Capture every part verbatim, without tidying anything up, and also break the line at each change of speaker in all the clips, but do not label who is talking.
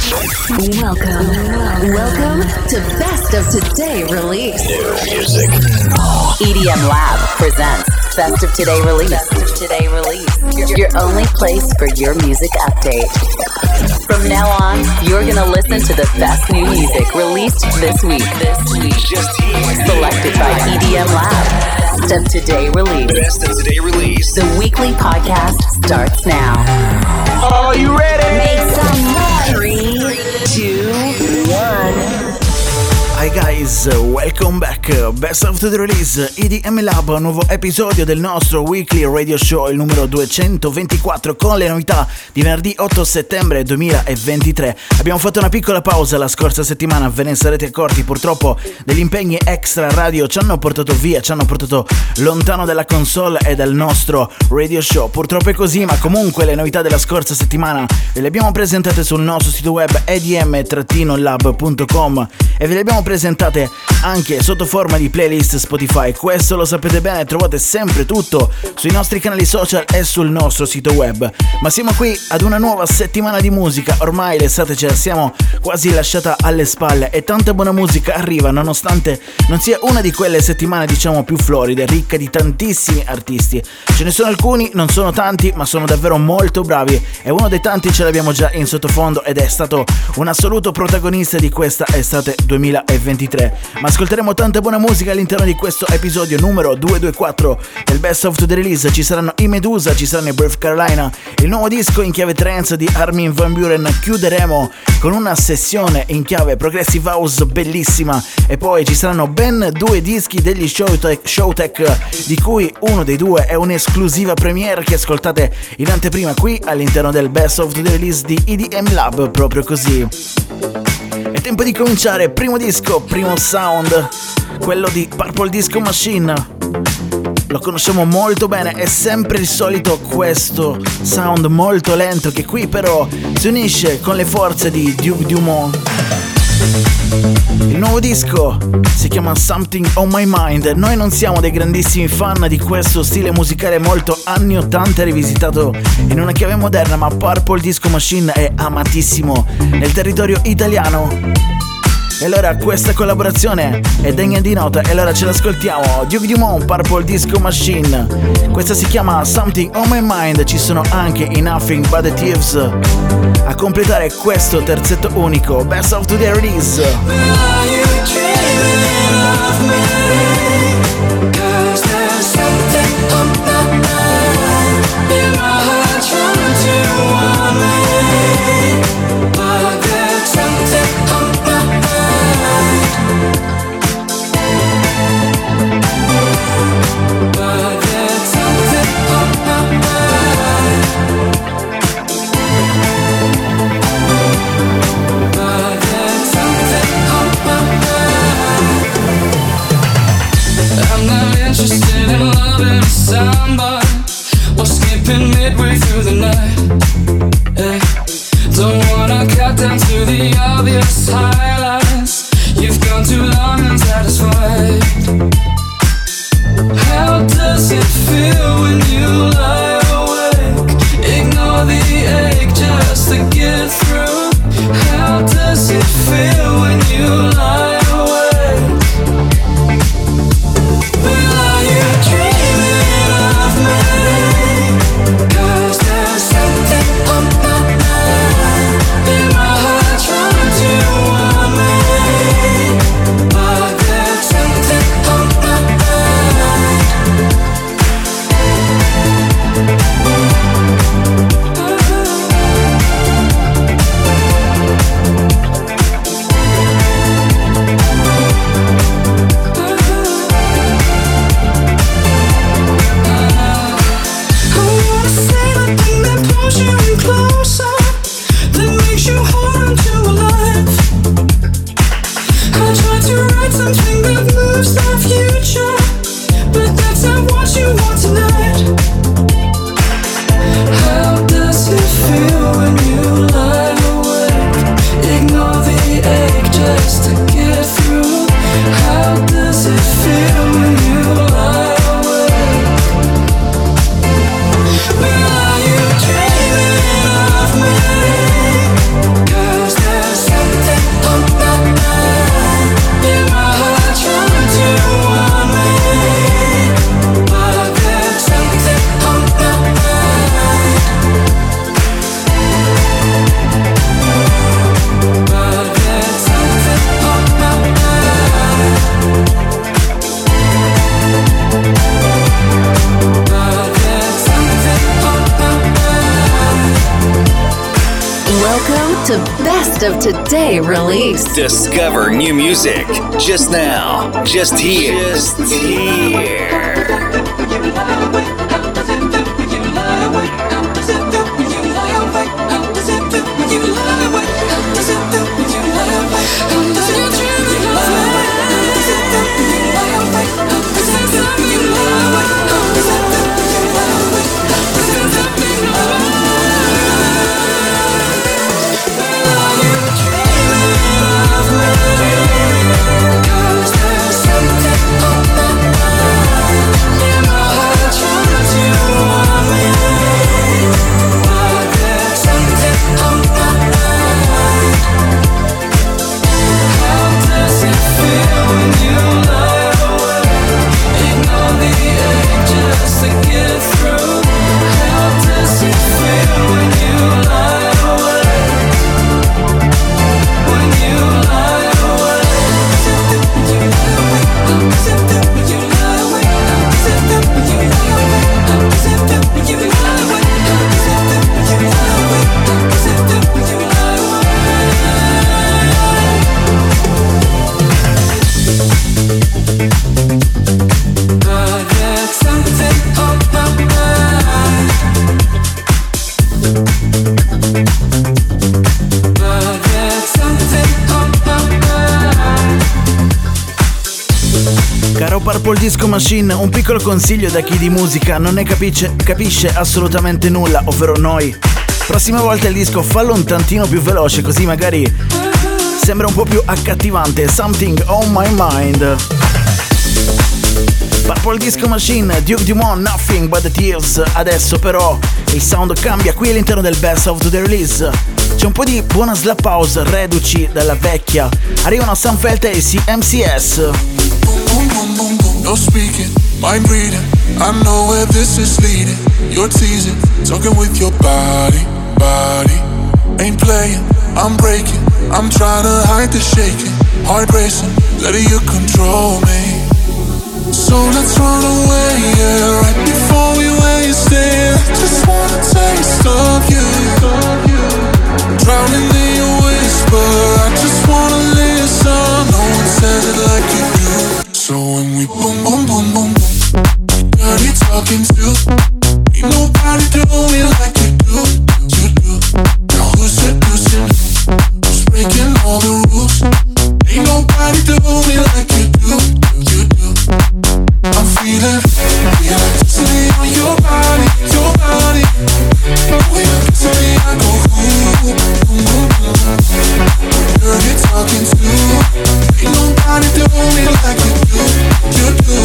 Welcome, welcome to Best of Today Release.
New music.
E D M Lab presents Best of Today Release. Best of Today Release. Your only place for your music update. From now on, you're gonna listen to the best new music released this week. This week,
Just here.
selected by E D M Lab. Best of Today Release.
Best of Today Release.
The weekly podcast starts now.
Are you ready?
Make some noise. Three, two, one.
Hi guys, welcome back. Best of the Release, E D M Lab, un nuovo episodio del nostro weekly radio show, il numero duecentoventiquattro, con le novità di venerdì otto settembre duemilaventitré. Abbiamo fatto una piccola pausa la scorsa settimana, ve ne sarete accorti, purtroppo degli impegni extra radio ci hanno portato via, ci hanno portato lontano dalla console e dal nostro radio show. Purtroppo è così, ma comunque le novità della scorsa settimana ve le abbiamo presentate sul nostro sito web e d m lab punto com e ve le abbiamo presentate anche sotto forma di playlist Spotify. Questo lo sapete bene, trovate sempre tutto sui nostri canali social e sul nostro sito web. Ma siamo qui ad una nuova settimana di musica, ormai l'estate ce la siamo quasi lasciata alle spalle e tanta buona musica arriva nonostante non sia una di quelle settimane diciamo più floride, ricca di tantissimi artisti. Ce ne sono alcuni, non sono tanti, ma sono davvero molto bravi e uno dei tanti ce l'abbiamo già in sottofondo ed è stato un assoluto protagonista di questa estate duemilaventitré. Ma ascolteremo tanta buona musica all'interno di questo episodio numero duecentoventiquattro del Best of the Release. Ci saranno i Medusa, ci saranno i Brave Carolina, il nuovo disco in chiave trance di Armin van Buuren. Chiuderemo con una sessione in chiave progressive house bellissima e poi ci saranno ben due dischi degli Showtek, Showtek di cui uno dei due è un'esclusiva premiere che ascoltate in anteprima qui all'interno del Best of the Release di E D M Lab, proprio così. È tempo di cominciare, primo disco, primo sound, quello di Purple Disco Machine. Lo conosciamo molto bene, è sempre il solito questo sound molto lento che qui però si unisce con le forze di Duke Dumont. Il nuovo disco si chiama Something on My Mind. Noi non siamo dei grandissimi fan di questo stile musicale molto anni ottanta rivisitato in una chiave moderna, ma Purple Disco Machine è amatissimo nel territorio italiano. E allora questa collaborazione è degna di nota e allora ce l'ascoltiamo. Duke Dumont, Purple Disco Machine. Questa si chiama Something on My Mind. Ci sono anche i Nothing But The Thieves a completare questo terzetto unico. Best of the Release.
Somebody or skipping midway through the night. Hey, don't wanna cut down to the obvious highlights. You've gone too long unsatisfied. How does it feel when you lie awake? Ignore the ache just to get through. How does it feel when you lie awake? Well, are you dreaming of me? 'Cause there's something on my mind. In my heart trying to warn me. But there's something on my mind.
to Best of Today release.
Discover new music just now, just here, just here.
Purple Disco Machine, un piccolo consiglio da chi di musica non ne capisce, capisce assolutamente nulla, ovvero noi. Prossima volta il disco fallo un tantino più veloce, così magari sembra un po' più accattivante. Something on my mind. Purple Disco Machine, Duke Dumont, Nothing but the Tears. Adesso però il sound cambia qui all'interno del Best of the Release. C'è un po' di buona slap house, reduci dalla vecchia. Arrivano Sam Feldt e M C S.
No speaking, mind reading. I know where this is leading. You're teasing, talking with your body, body. Ain't playing, I'm breaking. I'm trying to hide the shaking. Heart racing, letting you control me. So let's run away, yeah. Right before we waste it. I just wanna taste of you. Drowning in your whisper. I just wanna listen. No one says it like you do. So when we boom, boom, boom, boom, boom, dirty talking to. Ain't nobody do me like you do, you do. Now who's seducing who? Who's breaking all the rules? Ain't nobody do me like you do, you do. I'm feeling the electricity on your body, your body. When you get to me, I go ooh, ooh, ooh. Dirty talking to. Ain't nobody do me like you do, you do.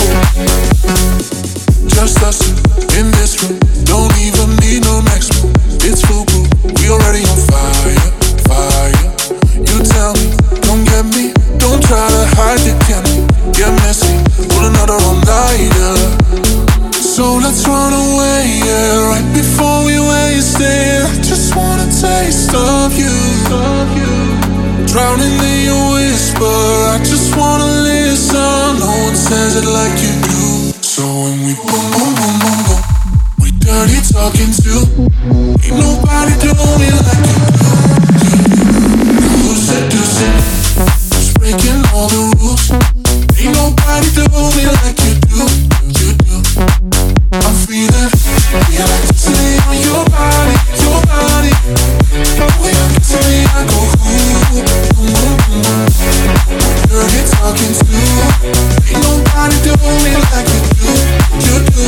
Just us in this room, don't even need no next move. It's foolproof, we already on fire, fire. You tell me, don't get me, don't try to hide the candy. Get messy, pull another all-nighter. So let's run away, yeah, right before we waste it. I just wanna taste of you, of you. Drowning in your whisper, I just wanna listen. No one says it like you do. So when we boom, boom, boom, boom, boom, we dirty talking too. Ain't nobody do me like you do. Now who's seducing? Who's breaking all the rules? Ain't nobody do me like you do, you do. I'm feeling the electricity on your body, your body. When you get to me, I go ooh, ooh, ooh, ooh. Dirty talking to. Ain't nobody do me like you do, you do.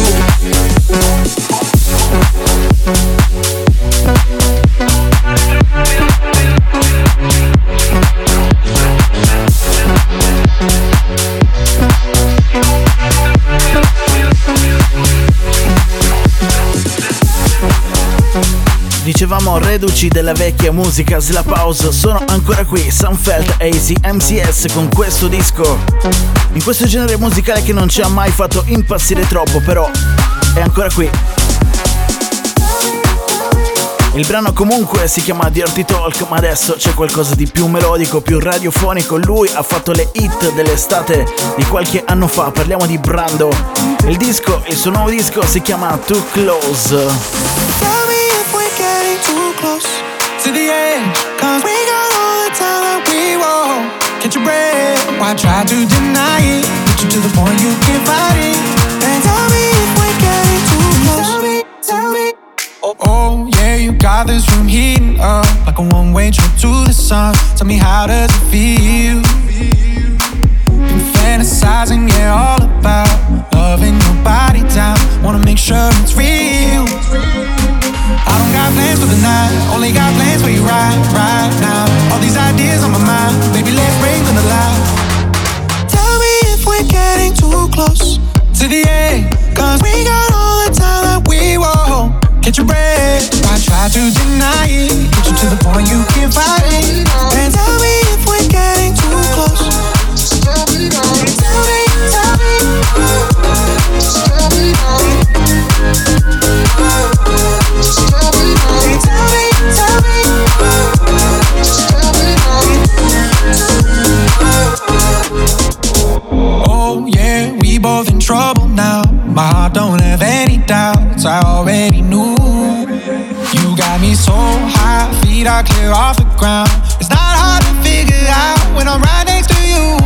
Dicevamo reduci della vecchia musica slap house, sono ancora qui Sam Feldt e Easy M C S con questo disco. In questo genere musicale che non ci ha mai fatto impazzire troppo, però è ancora qui. Il brano comunque si chiama Dirty Talk, ma adesso c'è qualcosa di più melodico, più radiofonico. Lui ha fatto le hit dell'estate di qualche anno fa, parliamo di Brando. Il disco, il suo nuovo disco si chiama Too Close.
Tell me if we're getting too close.
to the edge, cause we got all the time that we want. Catch your breath, why try to deny it? Put you to the point you can't fight it. And tell me if we're getting too close. Tell me, tell me. Oh, oh yeah, you got this room heating up like a one-way trip to the sun. Tell me, how does it feel? Been fantasizing, yeah, all about loving your body down. Wanna make sure it's real. I don't got plans for the night, only got plans for you right, right now. All these ideas on my mind, baby, let's bring them to life. Tell me if we're getting too close to the end, cause we got all the time that we want. Catch your breath, why try to deny it? Get you to the point you can't fight it. And tell me if we're getting too close. Tell me, tell me, tell me. Tell me, tell me. Oh yeah, we both in trouble now. My heart don't have any doubts, I already knew. You got me so high, feet are clear off the ground. It's not hard to figure out when I'm right next to you.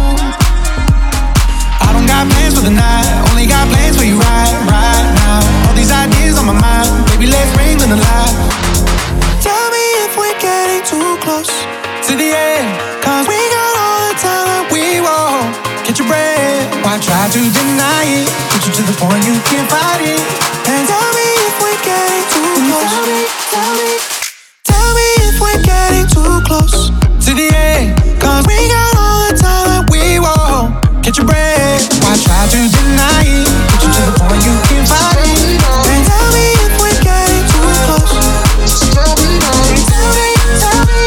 I don't got plans for the night, only got plans for you right, right now. All these ideas on my mind, baby, let's bring them to life. Tell me if we're getting too close to the end, cause we got all the time that we want. Catch your breath, why try to deny it? Put you to the point you can't fight it. And tell me if we're getting too close. Tell me, tell me, tell me if we're getting too close to the end, cause we got all the time that we want. Catch your breath, why try to deny it? Put you to the point you can't fight it. And tell me if we're getting too close. Tell me, tell me, tell me, tell me.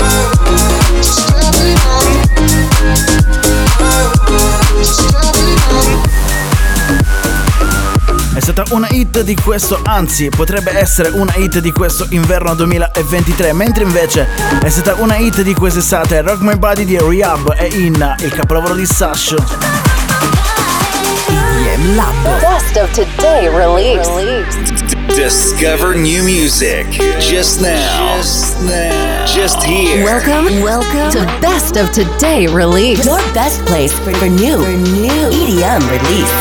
È stata una hit di questo, anzi potrebbe essere una hit di questo inverno duemilaventitré, mentre invece è stata una hit di quest'estate. Rock My Body di Rehab e Inna, il capolavoro di Sash.
E D M Lab. Best of today release.
Discover new music just now. Just now. Just here.
Welcome, welcome to Best of Today release. Your best place for, for new, for new E D M release.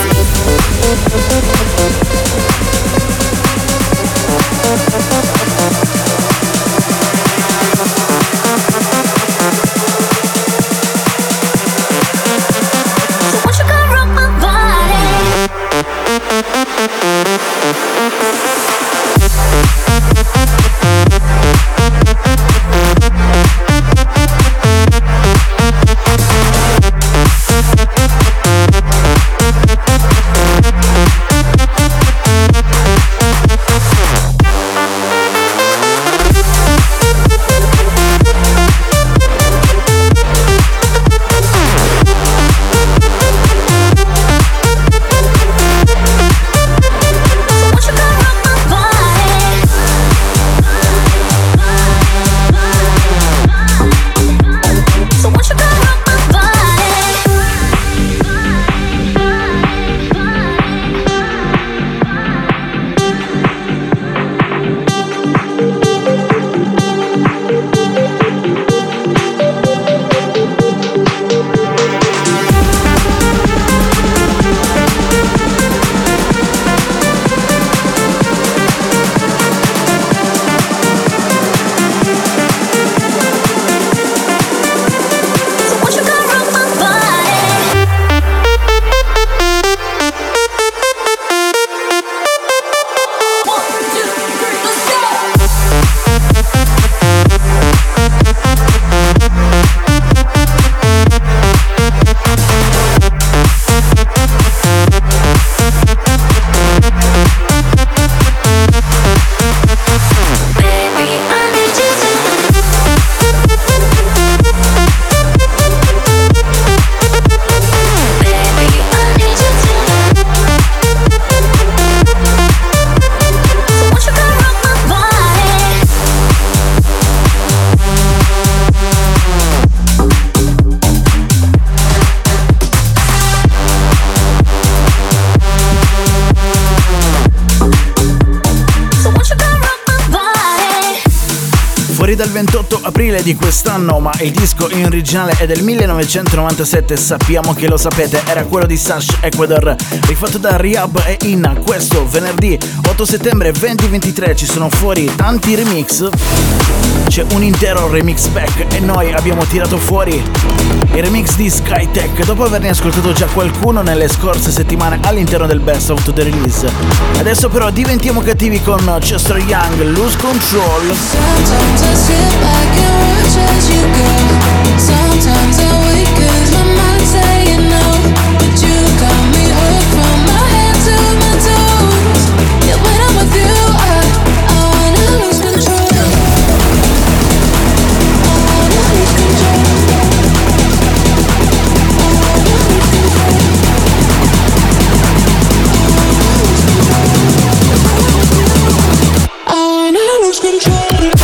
ventotto aprile di quest'anno, ma il disco in originale è del millenovecentonovantasette, sappiamo che lo sapete, era quello di Sash Ecuador, rifatto da Rehab e Inna. Questo venerdì otto settembre duemilaventitré ci sono fuori tanti remix, c'è un intero remix pack e noi abbiamo tirato fuori il remix di Skytech dopo averne ascoltato già qualcuno nelle scorse settimane all'interno del Best of the Release. Adesso però diventiamo cattivi con Chester Young, Lose Control.
Sometimes I sit back and watch as you go. Sometimes I wait 'cause my mind's saying no. But you got me hooked from my head to my toes. Yeah, when I'm with you, I, I wanna lose control. I wanna lose control. I wanna lose control.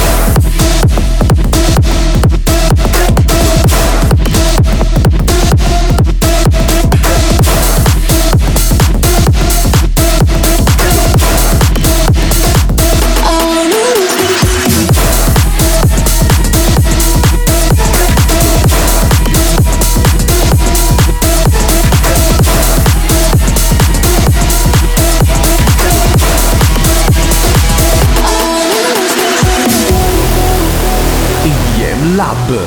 Lab.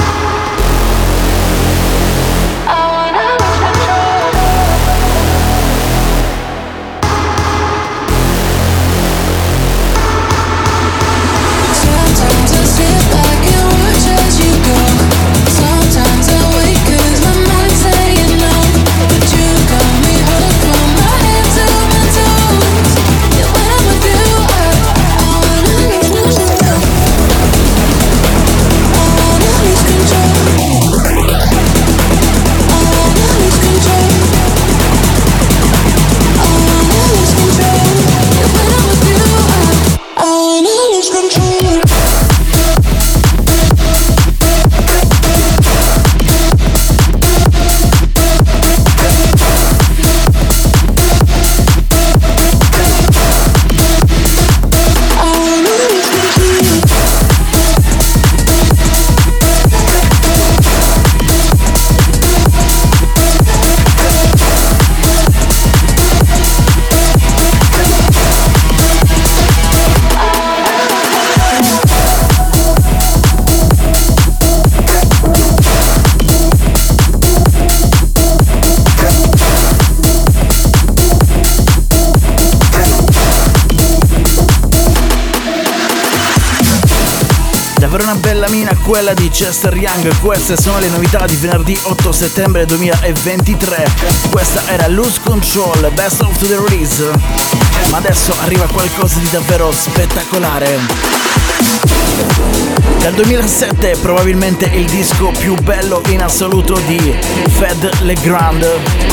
Una bella mina quella di Chester Young. Queste sono le novità di venerdì otto settembre duemilaventitré. Questa era Lose Control, Best of the Release. Ma adesso arriva qualcosa di davvero spettacolare. Dal duemilasette probabilmente il disco più bello in assoluto di Fed Legrand.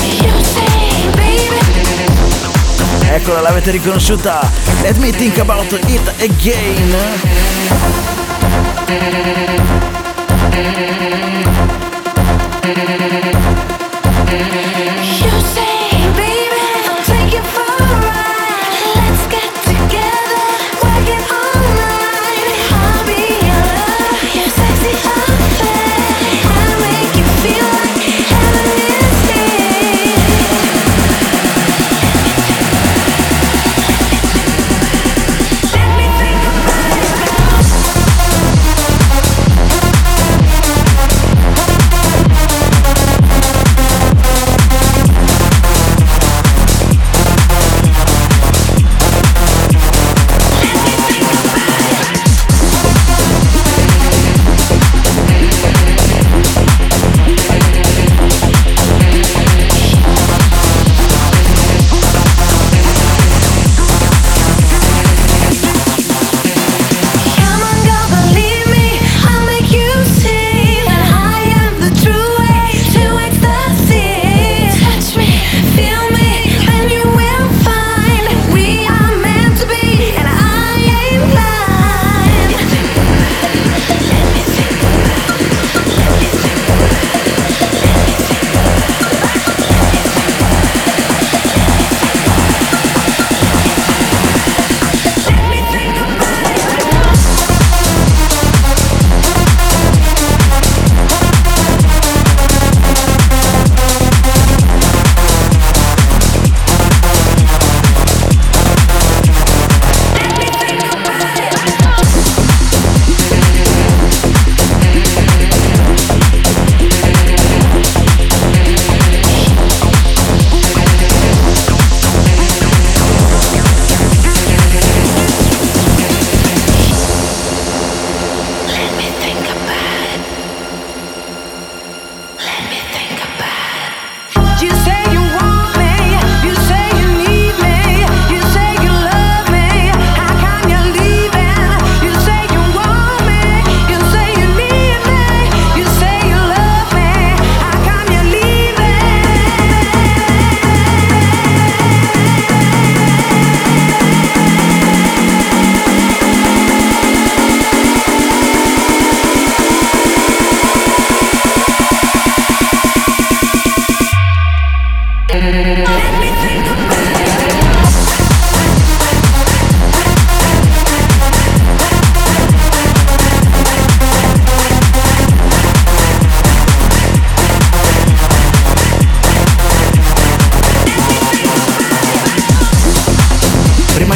Eccola, l'avete riconosciuta? Let me think about it again.
You say, baby, I'll take you for a ride. Let's get together, work it all night. I'll be your love, your sexy affair. I'll make you feel like heaven is here. Let me think about it now.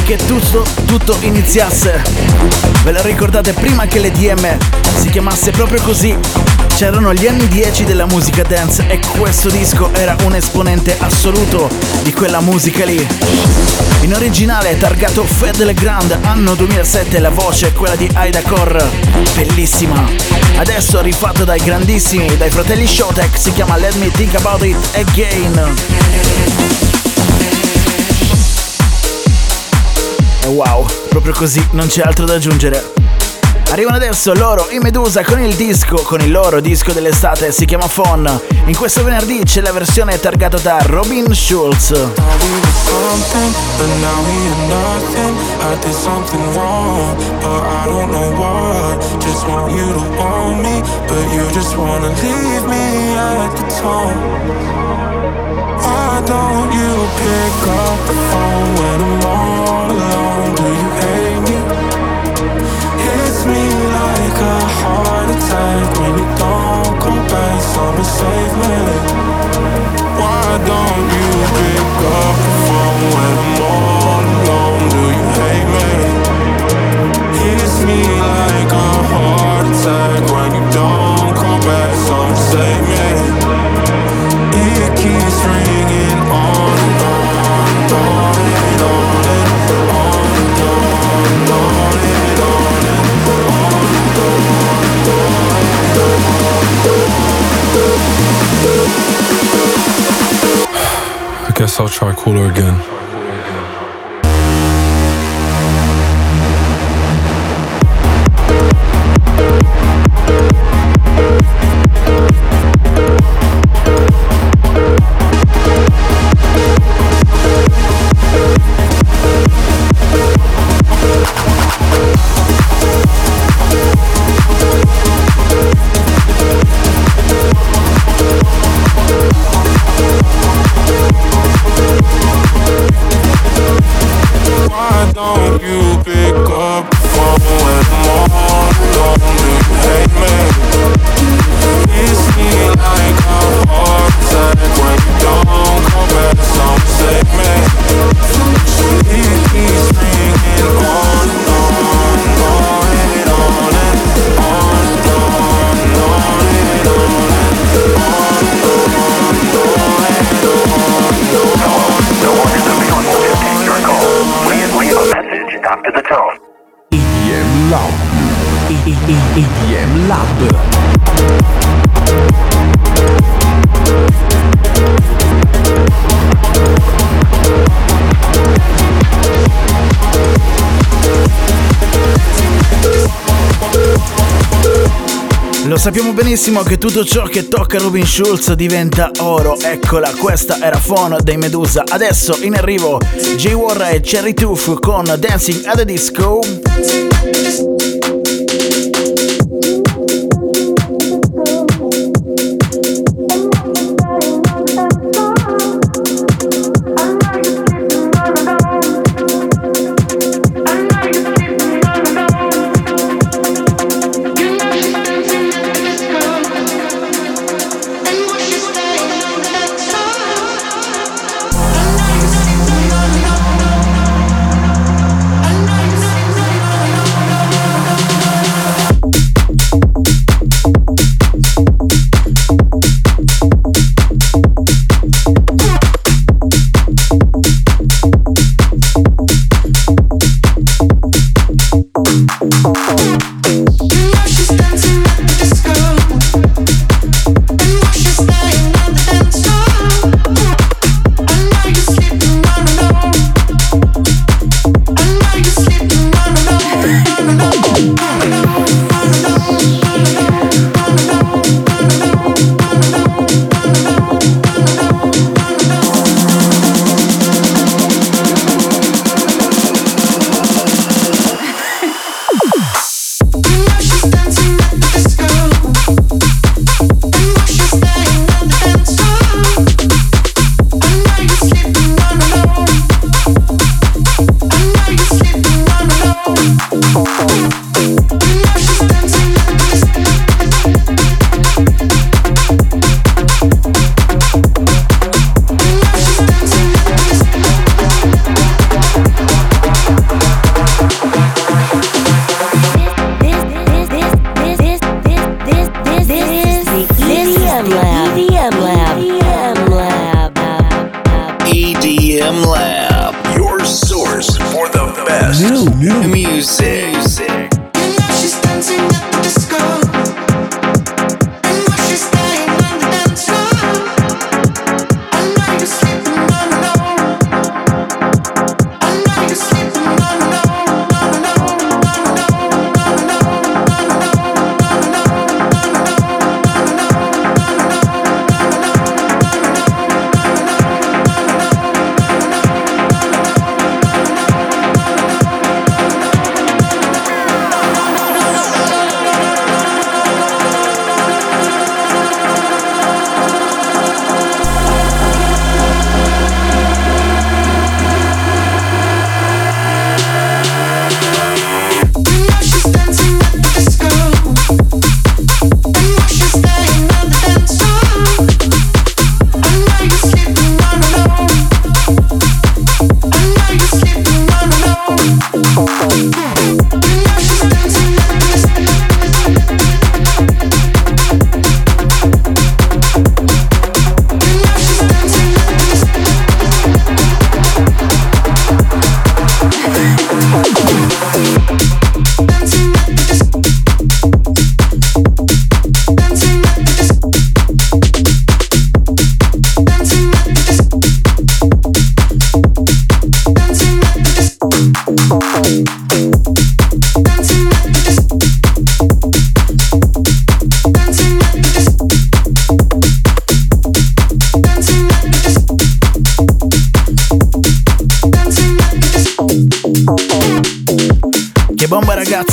che tutto, tutto iniziasse. Ve lo ricordate prima che l'E D M si chiamasse proprio così? C'erano gli anni dieci della musica dance e questo disco era un esponente assoluto di quella musica lì. In originale targato Fed Legrand, anno duemilasette, la voce è quella di Aida Core, bellissima. Adesso rifatto dai grandissimi, dai fratelli Showtek, si chiama Let Me Think About It Again. E wow, proprio così, non c'è altro da aggiungere. Arrivano adesso loro, i Medusa, con il disco, con il loro disco dell'estate, si chiama Phone. In questo venerdì c'è la versione targata da Robin Schulz.
Why don't you pick up the phone when I'm all alone? Do you hate me? Hits me like a heart attack when you don't come back. Someone save me. Why don't you pick up the phone when I'm all alone? Do you hate me? Hits me like a heart attack when you don't come back. Someone save me. It keeps ringing on and on and on and on and on and on and on and on and on. I guess I'll try cooler again.
E D M Lab.
Lo sappiamo benissimo che tutto ciò che tocca Robin Schulz diventa oro. Eccola, questa era Phone dei Medusa. Adesso in arrivo Jay Warra e Cherry Tooth con Dancing at the Disco.
I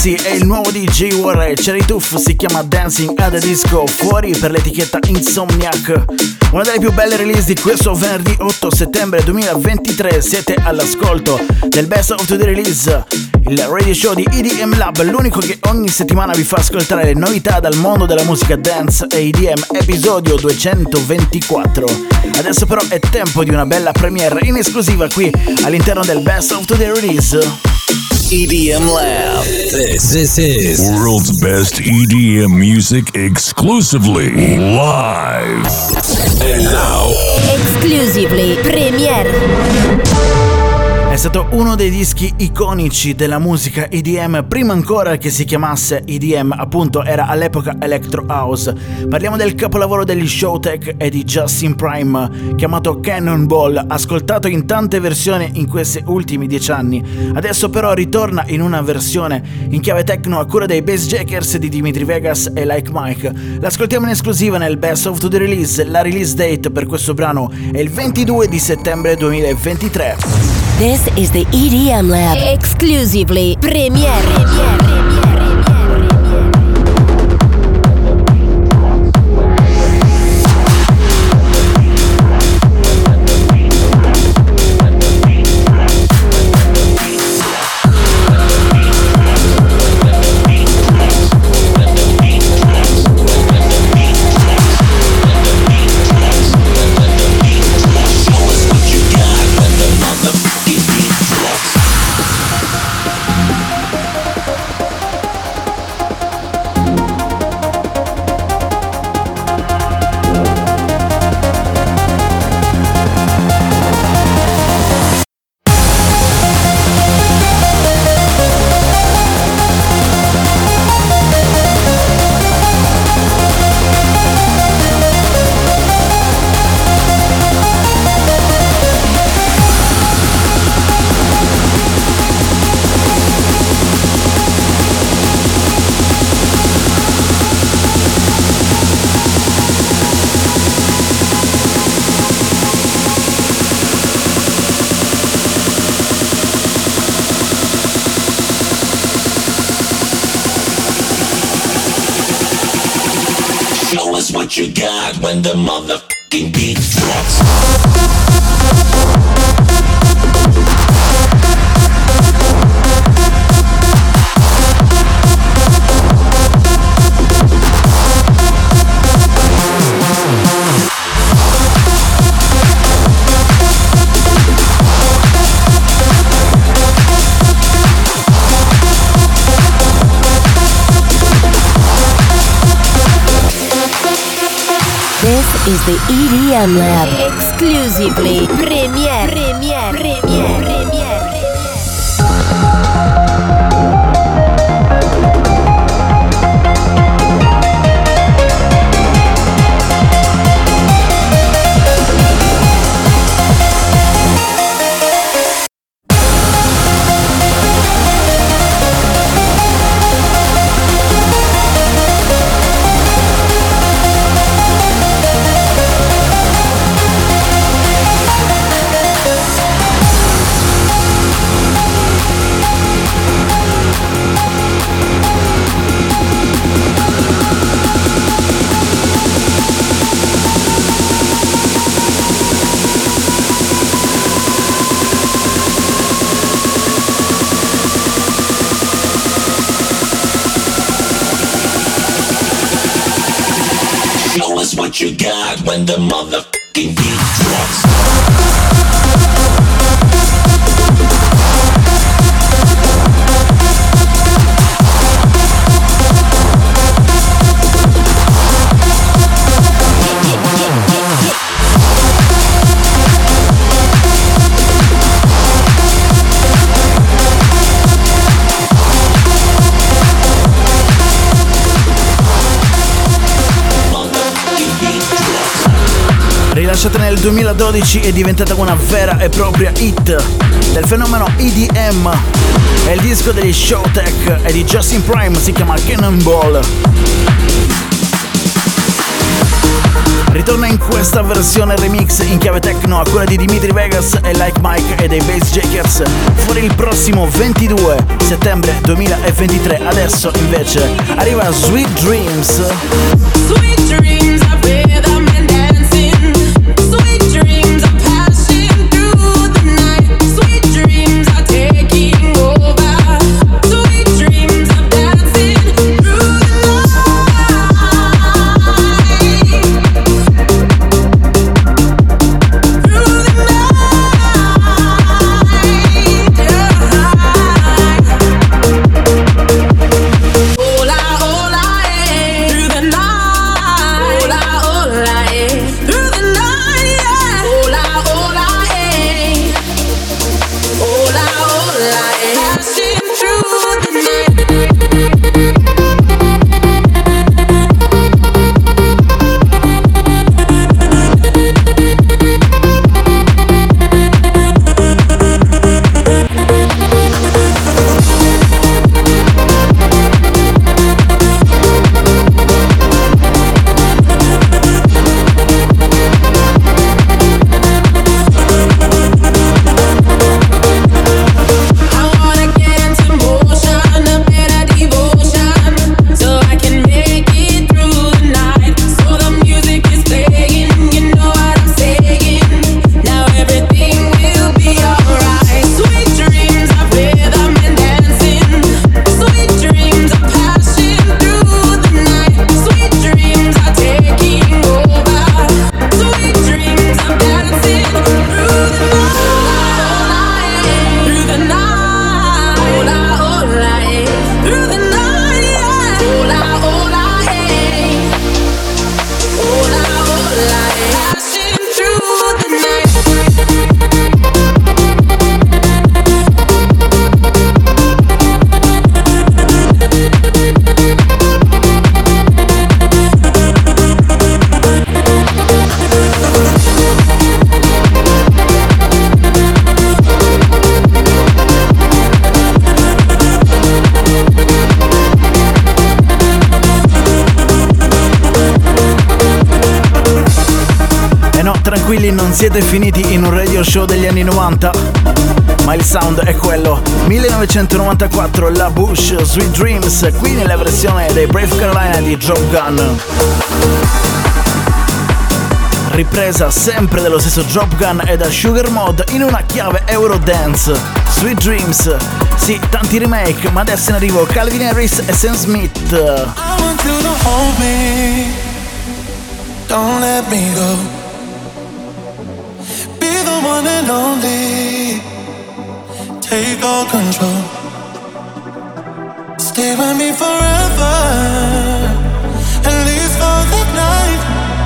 Sì, è il nuovo D J Warren Cherry Tuff, si chiama Dancing at the Disco, fuori per l'etichetta Insomniac. Una delle più belle release di questo venerdì otto settembre duemilaventitré. Siete all'ascolto del Best of the Release, il radio show di E D M Lab, l'unico che ogni settimana vi fa ascoltare le novità dal mondo della musica dance e E D M, episodio duecentoventiquattro. Adesso però è tempo di una bella premiere in esclusiva qui all'interno del Best of the Release.
E D M Lab.
This, this is
world's best E D M music exclusively live.
And now,
exclusively premiere.
È stato uno dei dischi iconici della musica E D M, prima ancora che si chiamasse E D M, appunto era all'epoca Electro House. Parliamo del capolavoro degli Showtek e di Justin Prime, chiamato Cannonball, ascoltato in tante versioni in questi ultimi dieci anni. Adesso però ritorna in una versione in chiave techno a cura dei Bassjackers di Dimitri Vegas e Like Mike. L'ascoltiamo in esclusiva nel Best of the Release. La release date per questo brano è il ventidue di settembre duemilaventitré.
This is the E D M Lab, exclusively premiere.
What you got when the motherfucking beat drops.
This is the E D M Lab, exclusively premiere, premiere, premiere, premiere.
What you got when the motherfucking beat drops.
Rilasciata nel duemiladodici, è diventata una vera e propria hit del fenomeno E D M. È il disco degli Showtek e di Justin Prime, si chiama Cannonball. ritorna in questa versione remix in chiave techno a quella di Dimitri Vegas e Like Mike e dei Bassjackers, fuori il prossimo ventidue settembre duemilaventitré. Adesso invece arriva Sweet Dreams.
Sweet dreams of rhythm and dancing. Sweet dreams of passion through the night. Sweet dreams are taking over. Sweet dreams of dancing through the
Tranquilli, non siete finiti in un radio show degli anni novanta, ma il sound è quello. millenovecentonovantaquattro, La Bush, Sweet Dreams, qui nella versione dei Brave Carolina di Drop Gun. Ripresa sempre dello stesso Drop Gun e da Sugar Mod in una chiave Eurodance. Sweet Dreams, sì, tanti remake, ma adesso in arrivo Calvin Harris e Sam Smith.
I want you to hold me, don't let me go. One and only, take all control. Stay with me forever, at least for the night.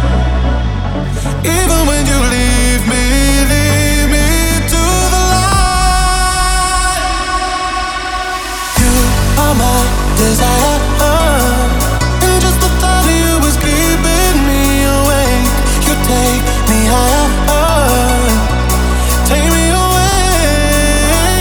Even when you leave me, leave me to the light. You are my desire, and just the thought of you is keeping me awake. You take me higher. Take me away.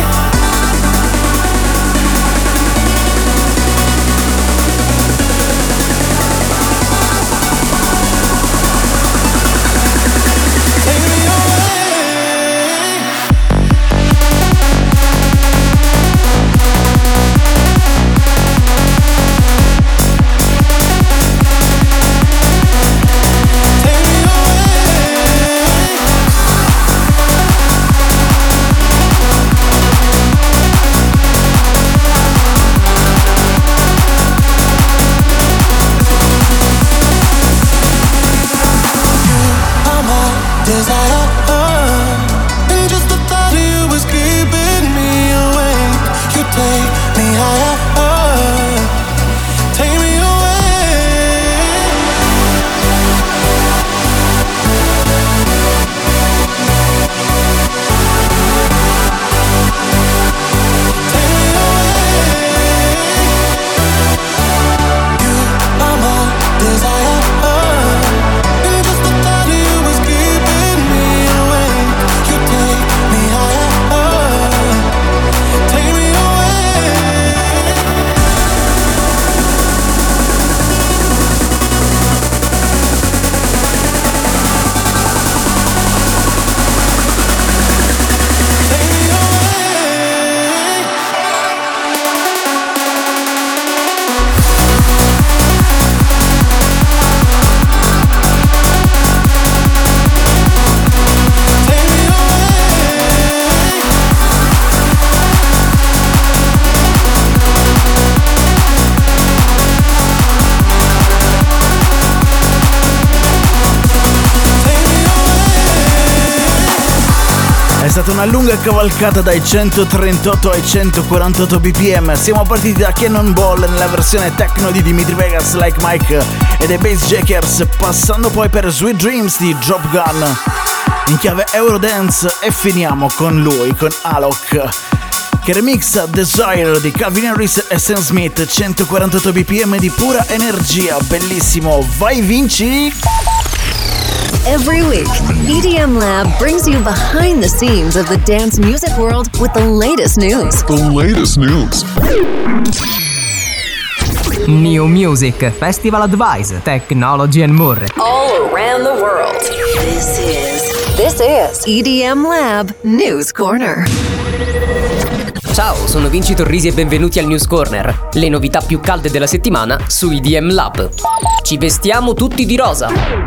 stata una lunga cavalcata dai centotrentotto ai centoquarantotto B P M. Siamo partiti da Cannonball nella versione techno di Dimitri Vegas, Like Mike e dei Bassjackers, passando poi per Sweet Dreams di Drop Gun in chiave Eurodance, e finiamo con lui, con Alok, che remixa Desire di Calvin Harris e Sam Smith. Centoquarantotto B P M di pura energia, bellissimo. Vai Vinci!
Every week, E D M Lab brings you behind the scenes of the dance music world with the latest news.
The latest news.
New Music, Festival Advice, Technology and more.
All around the world. This is
This is E D M Lab News Corner.
Ciao, sono Vinci Torrisi e benvenuti al News Corner, le novità più calde della settimana su E D M Lab. Ci vestiamo tutti di rosa.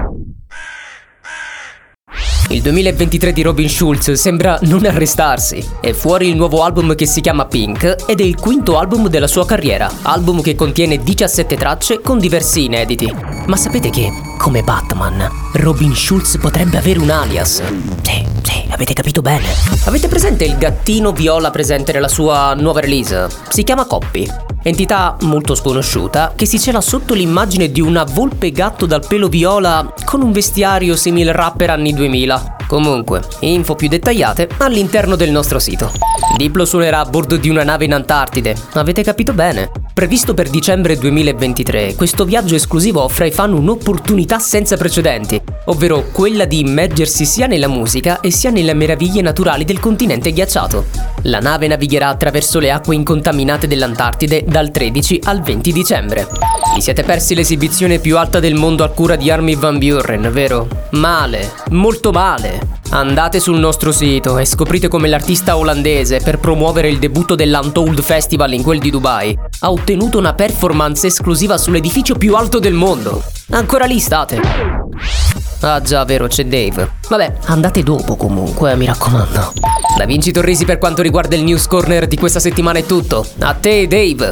Il duemilaventitré di Robin Schulz sembra non arrestarsi. È fuori il nuovo album che si chiama Pink ed è il quinto album della sua carriera. Album che contiene diciassette tracce con diversi inediti. Ma sapete che, come Batman, Robin Schulz potrebbe avere un alias? Sì, sì, avete capito bene. Avete presente il gattino viola presente nella sua nuova release? Si chiama Coppi. Entità molto sconosciuta che si cela sotto l'immagine di una volpe gatto dal pelo viola con un vestiario simile rapper anni duemila. Comunque, info più dettagliate all'interno del nostro sito. Diplo suonerà a bordo di una nave in Antartide, avete capito bene. Previsto per dicembre duemilaventitré, questo viaggio esclusivo offre ai fan un'opportunità senza precedenti, ovvero quella di immergersi sia nella musica e sia nelle meraviglie naturali del continente ghiacciato. La nave navigherà attraverso le acque incontaminate dell'Antartide dal tredici al venti dicembre. Vi siete persi l'esibizione più alta del mondo a cura di Armin van Buuren, vero? Male, molto male. Andate sul nostro sito e scoprite come l'artista olandese, per promuovere il debutto dell'Untold Festival in quel di Dubai, ha ottenuto una performance esclusiva sull'edificio più alto del mondo. Ancora lì state? Ah già, vero, c'è Dave. Vabbè, andate dopo comunque, mi raccomando. Da Vinci Torrisi per quanto riguarda il News Corner di questa settimana è tutto. A te, Dave!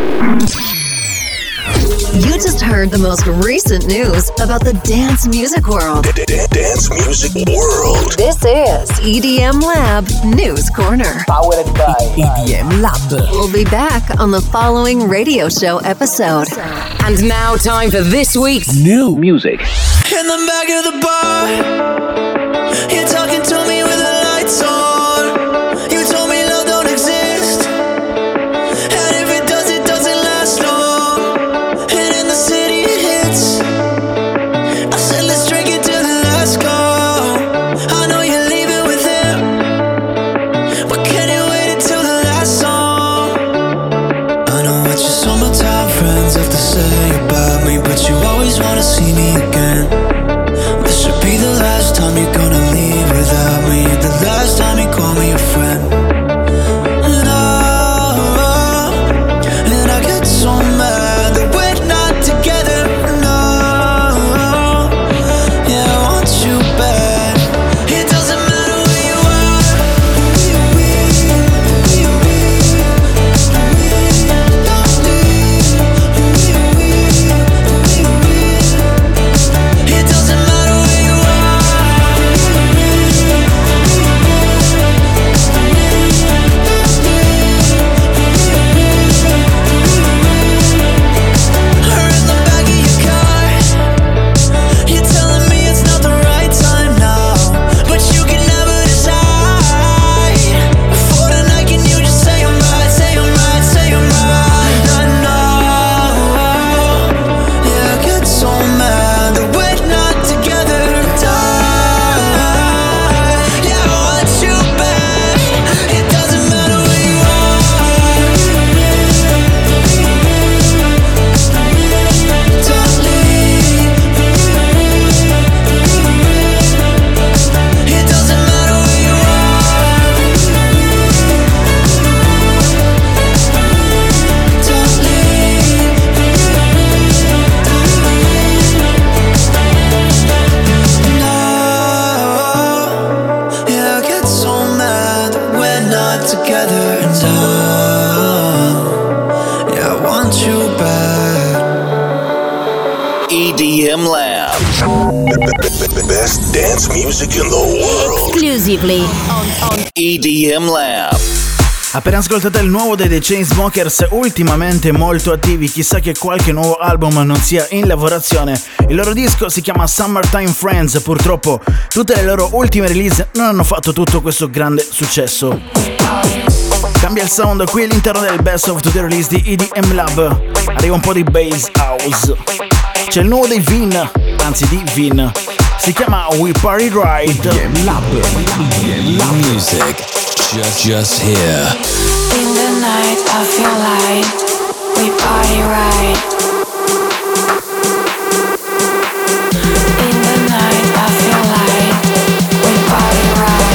You just heard the most recent news about the dance music world.
Dance music world.
This is E D M Lab News Corner.
Powered by
E D M Lab.
We'll be back on the following radio show episode.
And now time for this week's
New music.
In the back of the bar, you're talking to me with the lights on. You told me love don't exist, and if it does, it doesn't last long. And in the city it hits, I said let's drink it till the last call. I know you're leaving with him, but can you wait until the last song? I know what your summertime friends have to say about me, but you always wanna see me again. This should be the last time you
The best dance music in the world.
Exclusively
on, on
E D M Lab.
Appena ascoltate il nuovo dei The Chainsmokers, ultimamente molto attivi, chissà che qualche nuovo album non sia in lavorazione. Il loro disco si chiama Summertime Friends, purtroppo tutte le loro ultime release non hanno fatto tutto questo grande successo. Cambia il sound qui all'interno del Best of the Release di E D M Lab, arriva un po' di bass house. C'è il nuovo dei Vin, anzi di Vin, si chiama We Party Right.
E D M Lab, E D M Lab
Music. Just, just here.
In the night I feel like we party right. In the night I feel like we party right.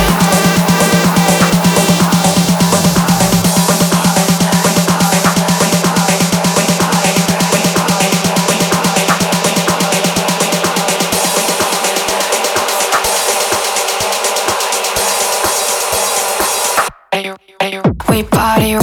We party.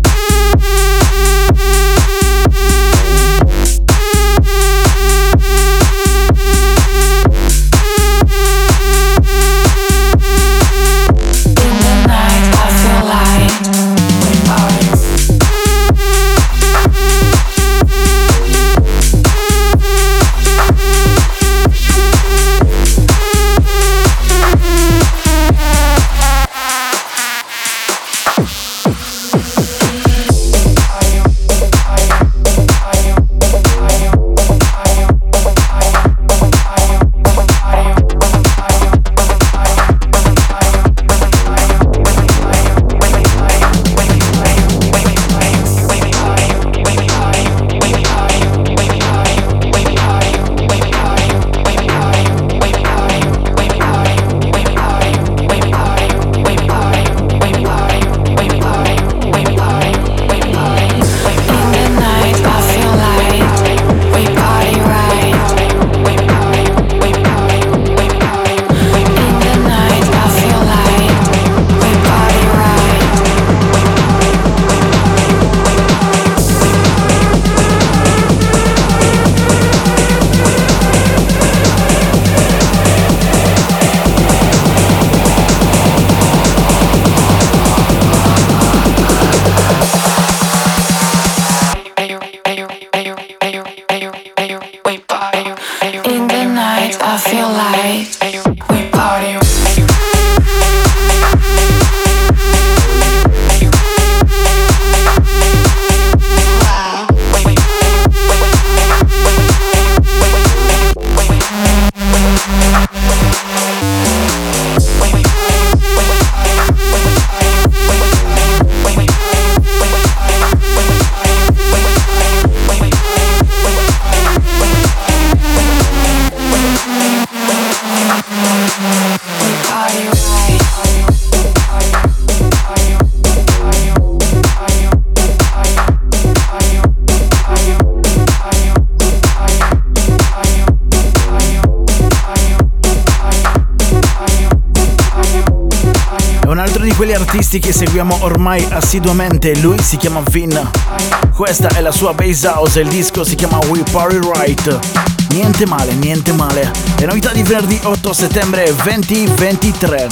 Quegli artisti che seguiamo ormai assiduamente, lui si chiama Vin, questa è la sua bass house, il disco si chiama We Party Right. Niente male, niente male. Le novità di venerdì otto settembre duemilaventitré.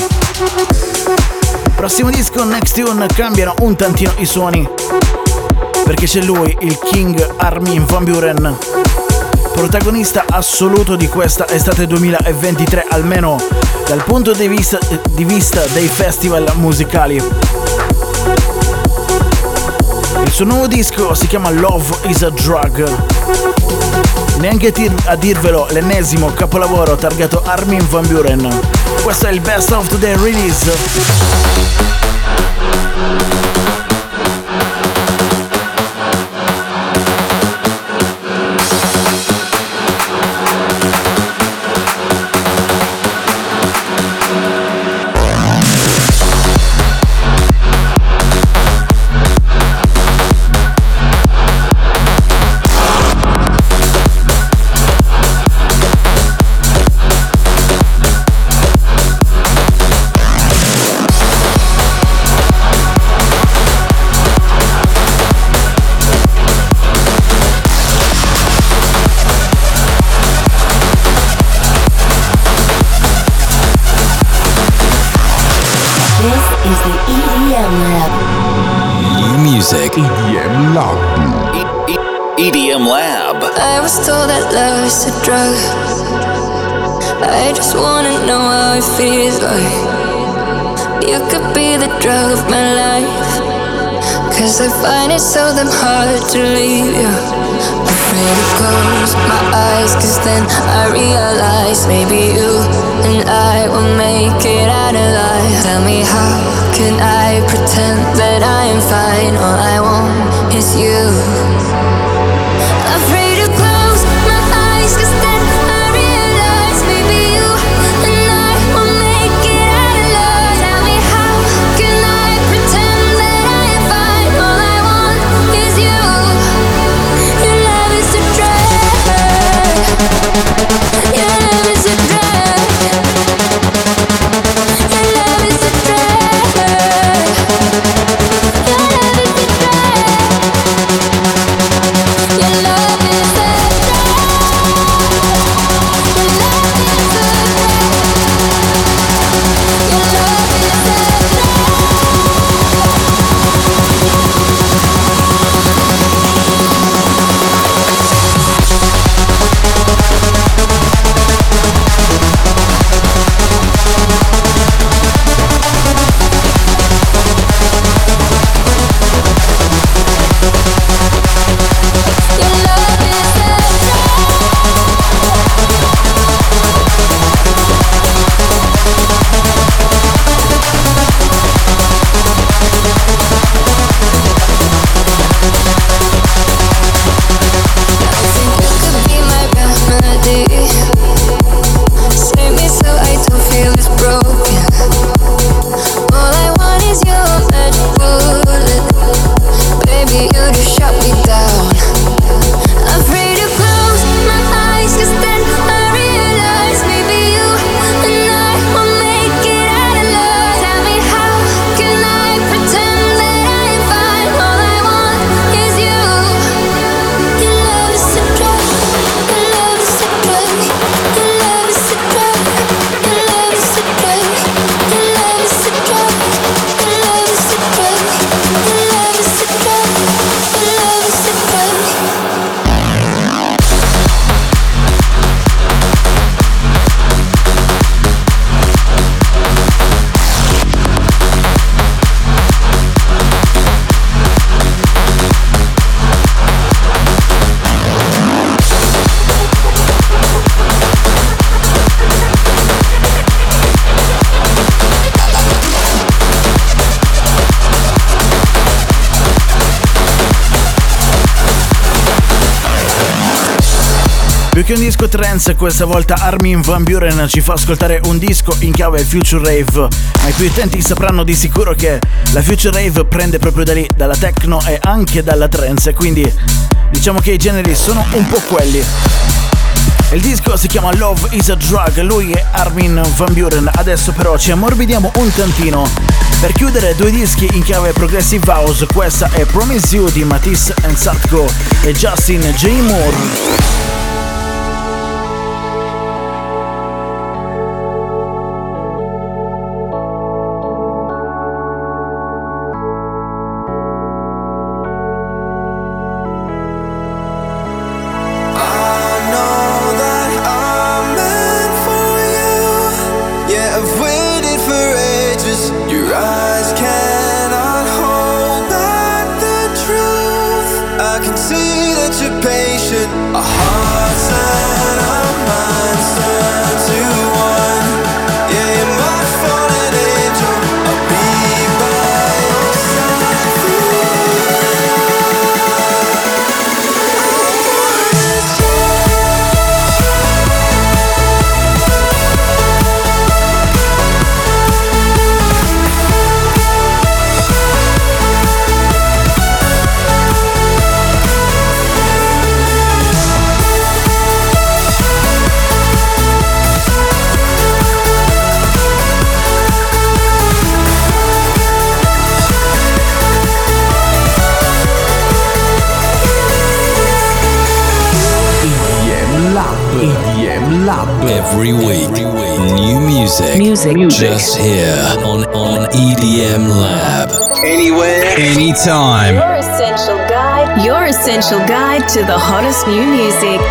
Prossimo disco, Next Tune, cambiano un tantino i suoni, perché c'è lui, il King Armin van Buuren, protagonista assoluto di questa estate duemilaventitré, almeno dal punto di vista, di vista dei festival musicali. Il suo nuovo disco si chiama Love is a Drug. Neanche tir- a dirvelo, l'ennesimo capolavoro targato Armin van Buuren. Questo è il Best of the Release.
is the E D M Lab.
Music.
E D M Lab.
E- E- E D M Lab.
I was told that love is a drug. I just wanna know how it feels like. You could be the drug of my life, 'cause I find it so damn hard to leave you. Afraid to close my eyes, 'cause then I realize maybe you and I will make it out alive. Tell me, how can I pretend that I am fine? All I want is you. Afraid to close my eyes, 'cause then I realize maybe you and I will make it out alive. Tell me, how can I pretend that I am fine? All I want is you. Your love is a drug. Your love is a drug. Your love is a drug. Your love is a drug. Your love is a
Più che un disco trance, questa volta Armin van Buuren ci fa ascoltare un disco in chiave Future Rave, ma i più attenti sapranno di sicuro che la Future Rave prende proprio da lì, dalla techno e anche dalla trance, quindi diciamo che i generi sono un po' quelli. Il disco si chiama Love is a Drug, lui è Armin van Buuren. Adesso però ci ammorbidiamo un tantino per chiudere due dischi in chiave Progressive House. Questa è Promise You di Matisse and Satko e Justin J. Moore.
I can see that you're patient. A heart
Every week, new music,
music,
just here on on E D M Lab.
Anywhere,
anytime.
Your essential guide, your essential guide to the hottest new music.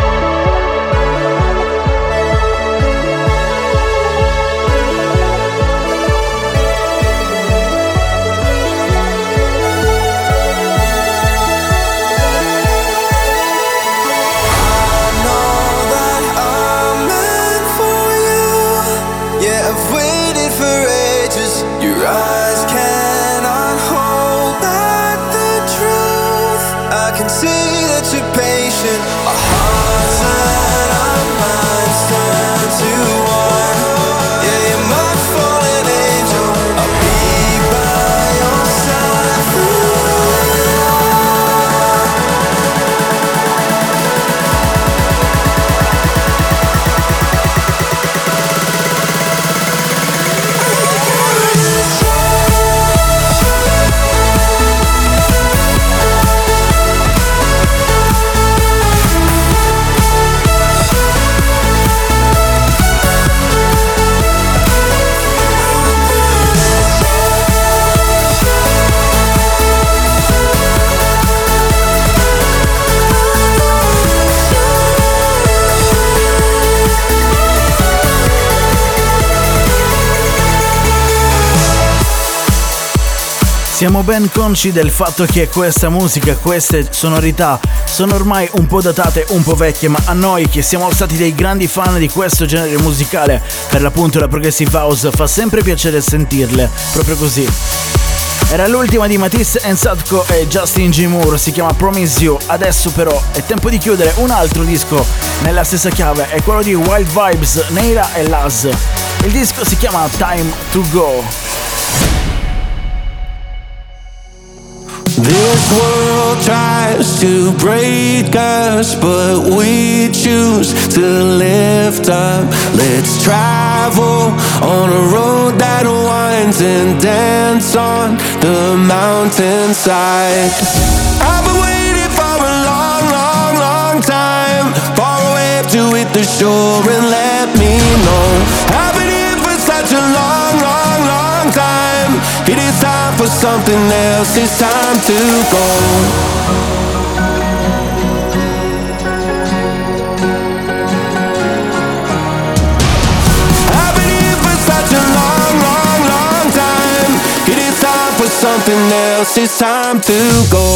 Siamo ben consci del fatto che questa musica, queste sonorità sono ormai un po' datate, un po' vecchie, ma a noi che siamo stati dei grandi fan di questo genere musicale, per l'appunto la Progressive House, fa sempre piacere sentirle, proprio così. Era l'ultima di Matisse and Sadko e Justin G. Moore, si chiama Promise You. Adesso però è tempo di chiudere un altro disco nella stessa chiave, è quello di Wild Vibes, Neila e Laz. Il disco si chiama Time to Go.
This world tries to break us, but we choose to lift up. Let's travel on a road that winds and dance on the mountainside. I've been waiting for a long, long, long time for a wave to hit the shore and let me know. I've been here for such a long, long, long time. It is time for something else, it's time to go. I've been here for such a long, long, long time. It is time for something else, it's time to go.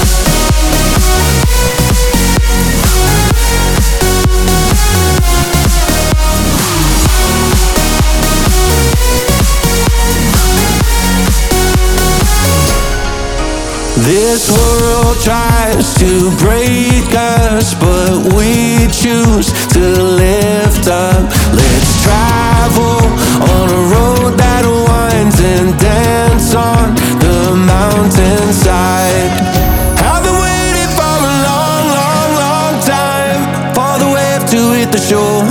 This world tries to break us, but we choose to lift up. Let's travel on a road that winds and dance on the mountainside. I've been waiting for a long, long, long time for the wave to hit the shore.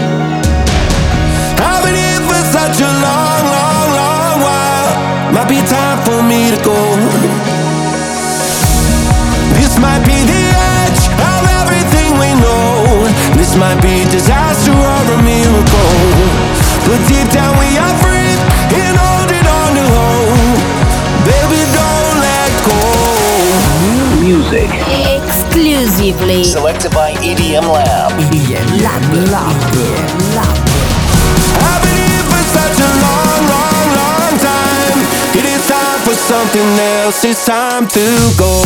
I've been here for such a long, long, long while. Might be time for me to go. This might be the edge of everything we know. This might be disaster or a miracle. But deep down we are free and holding on to hope. Baby, don't let go.
New music.
Exclusively
Selected by E D M Lab.
E D M Lab. Lab.
I've been here for such a long, long, long time. It is time for something else. It's time to go.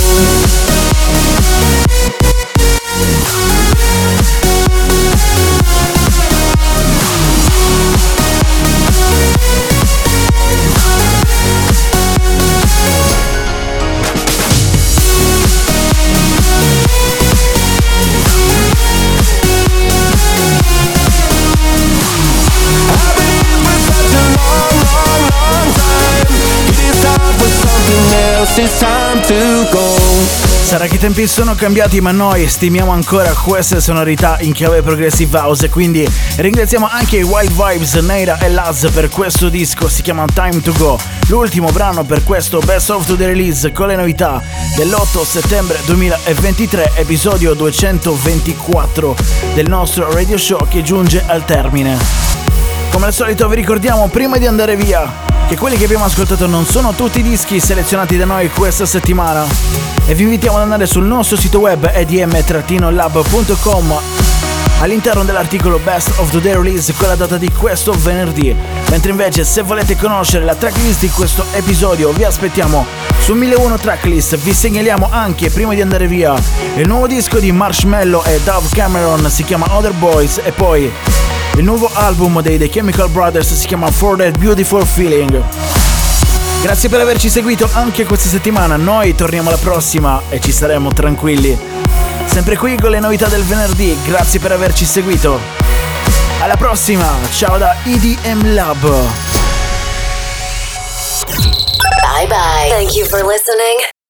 It's time to go.
Sarà che i tempi sono cambiati, ma noi stimiamo ancora queste sonorità in chiave progressive house, e quindi ringraziamo anche i Wild Vibes, Neira e Laz per questo disco, si chiama Time to Go, l'ultimo brano per questo Best of the Release con le novità dell'otto settembre duemilaventitré, episodio duecentoventiquattro del nostro radio show che giunge al termine. Come al solito vi ricordiamo, prima di andare via, che quelli che abbiamo ascoltato non sono tutti i dischi selezionati da noi questa settimana, e vi invitiamo ad andare sul nostro sito web e d m lab punto com all'interno dell'articolo Best of the Day Release con la data di questo venerdì. Mentre invece, se volete conoscere la tracklist di questo episodio, vi aspettiamo su mille uno Tracklist. Vi segnaliamo anche, prima di andare via, il nuovo disco di Marshmello e Dove Cameron, si chiama Other Boys, e poi il nuovo album dei The Chemical Brothers si chiama For That Beautiful Feeling. Grazie per averci seguito anche questa settimana, noi torniamo alla prossima e ci saremo tranquilli, sempre qui con le novità del venerdì. Grazie per averci seguito, alla prossima, ciao da E D M Lab.
Bye bye.
Thank you for listening.